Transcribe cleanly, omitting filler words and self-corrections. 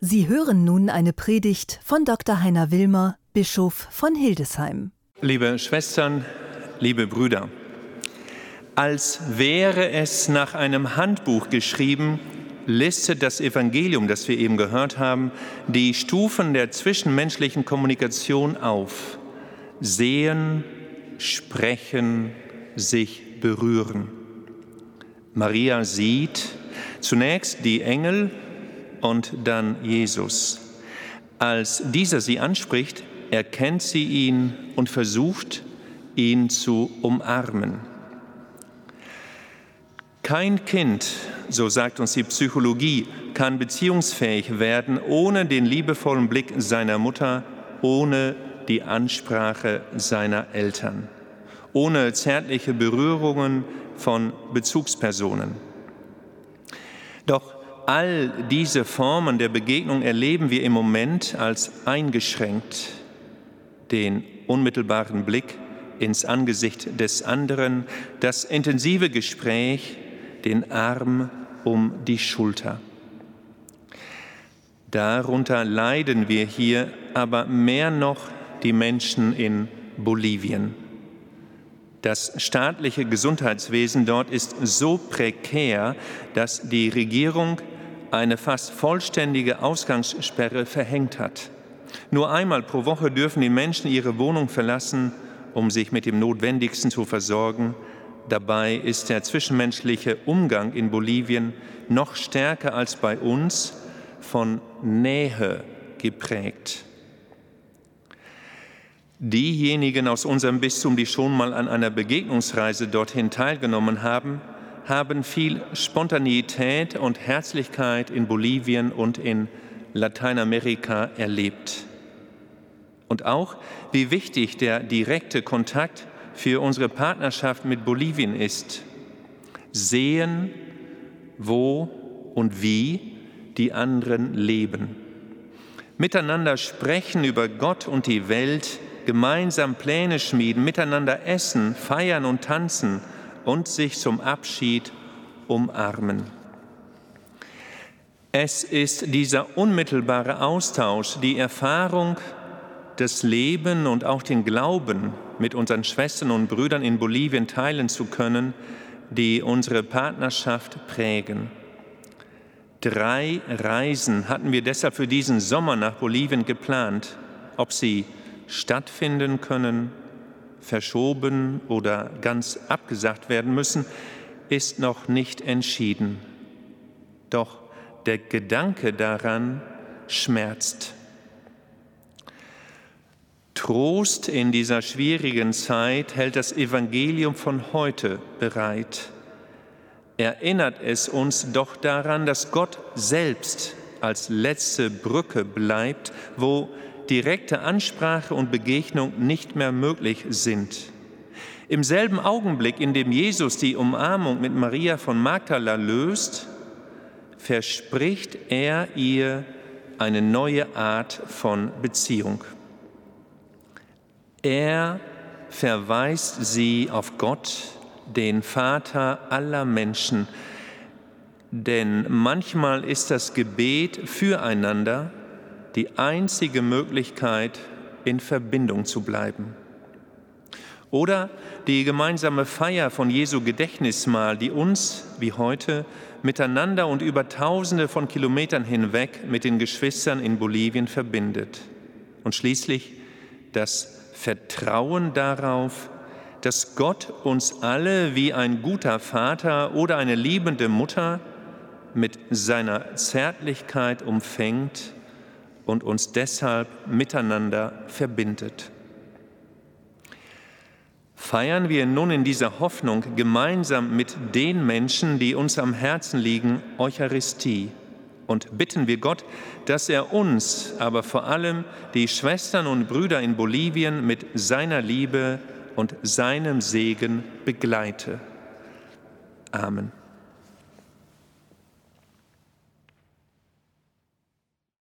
Sie hören nun eine Predigt von Dr. Heiner Wilmer, Bischof von Hildesheim. Liebe Schwestern, liebe Brüder, als wäre es nach einem Handbuch geschrieben, listet das Evangelium, das wir eben gehört haben, die Stufen der zwischenmenschlichen Kommunikation auf. Sehen, sprechen, sich berühren. Maria sieht zunächst die Engel und dann Jesus. Als dieser sie anspricht, erkennt sie ihn und versucht, ihn zu umarmen. Kein Kind, so sagt uns die Psychologie, kann beziehungsfähig werden ohne den liebevollen Blick seiner Mutter, ohne die Ansprache seiner Eltern, ohne zärtliche Berührungen von Bezugspersonen. Doch all diese Formen der Begegnung erleben wir im Moment als eingeschränkt. Den unmittelbaren Blick ins Angesicht des anderen, das intensive Gespräch, den Arm um die Schulter. Darunter leiden wir hier aber mehr noch die Menschen in Bolivien. Das staatliche Gesundheitswesen dort ist so prekär, dass die Regierung eine fast vollständige Ausgangssperre verhängt hat. Nur einmal pro Woche dürfen die Menschen ihre Wohnung verlassen, um sich mit dem Notwendigsten zu versorgen. Dabei ist der zwischenmenschliche Umgang in Bolivien noch stärker als bei uns von Nähe geprägt. Diejenigen aus unserem Bistum, die schon mal an einer Begegnungsreise dorthin teilgenommen haben, haben viel Spontaneität und Herzlichkeit in Bolivien und in Lateinamerika erlebt. Und auch, wie wichtig der direkte Kontakt für unsere Partnerschaft mit Bolivien ist. Sehen, wo und wie die anderen leben. Miteinander sprechen über Gott und die Welt, gemeinsam Pläne schmieden, miteinander essen, feiern und tanzen und sich zum Abschied umarmen. Es ist dieser unmittelbare Austausch, die Erfahrung, das Leben und auch den Glauben mit unseren Schwestern und Brüdern in Bolivien teilen zu können, die unsere Partnerschaft prägen. 3 Reisen hatten wir deshalb für diesen Sommer nach Bolivien geplant. Ob sie stattfinden können, verschoben oder ganz abgesagt werden müssen, ist noch nicht entschieden. Doch der Gedanke daran schmerzt. Trost in dieser schwierigen Zeit hält das Evangelium von heute bereit. Erinnert es uns doch daran, dass Gott selbst als letzte Brücke bleibt, wo direkte Ansprache und Begegnung nicht mehr möglich sind. Im selben Augenblick, in dem Jesus die Umarmung mit Maria von Magdala löst, verspricht er ihr eine neue Art von Beziehung. Er verweist sie auf Gott, den Vater aller Menschen, denn manchmal ist das Gebet füreinander die einzige Möglichkeit, in Verbindung zu bleiben. Oder die gemeinsame Feier von Jesu Gedächtnismahl, die uns, wie heute, miteinander und über Tausende von Kilometern hinweg mit den Geschwistern in Bolivien verbindet. Und schließlich das Vertrauen darauf, dass Gott uns alle wie ein guter Vater oder eine liebende Mutter mit seiner Zärtlichkeit umfängt und uns deshalb miteinander verbindet. Feiern wir nun in dieser Hoffnung gemeinsam mit den Menschen, die uns am Herzen liegen, Eucharistie und bitten wir Gott, dass er uns, aber vor allem die Schwestern und Brüder in Bolivien mit seiner Liebe und seinem Segen begleite. Amen.